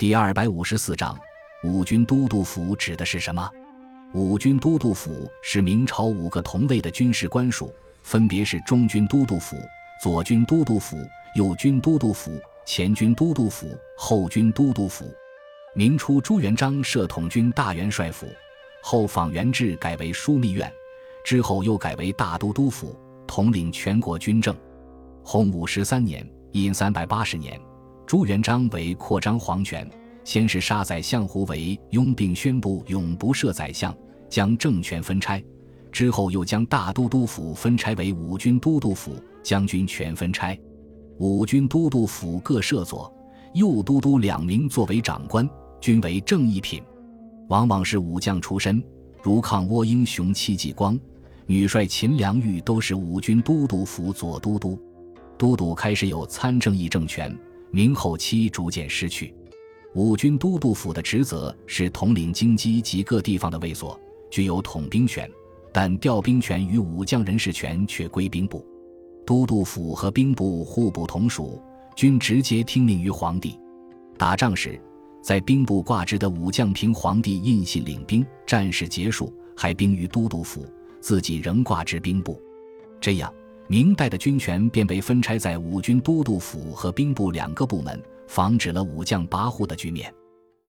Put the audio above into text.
第254章，五军都督府指的是什么？五军都督府是明朝5个同位的军事官署，分别是中军都督府、左军都督府、右军都督府、前军都督府、后军都督府。明初朱元璋设统军大元帅府，后仿元制改为枢密院，之后又改为大都督府，统领全国军政。洪武13年殷380年，朱元璋为扩张皇权，先是杀宰相胡为拥，并宣布永不设宰相，将政权分拆。之后又将大都督府分拆为五军都督府、将军权分拆。五军都督府各设左、右都督2名作为长官，均为正一品，往往是武将出身，如抗倭英雄戚继光、女帅秦良玉都是五军都督府左都督。都督开始有参政议政权，明后期逐渐失去。五军都督府的职责是统领京畿及各地方的卫所，具有统兵权，但调兵权与武将人事权却归兵部。都督府和兵部互不同属，均直接听命于皇帝。打仗时，在兵部挂职的武将凭皇帝印信领兵，战事结束还兵于都督府，自己仍挂职兵部。这样明代的军权便被分拆在五军都督府和兵部2个部门，防止了武将跋扈的局面。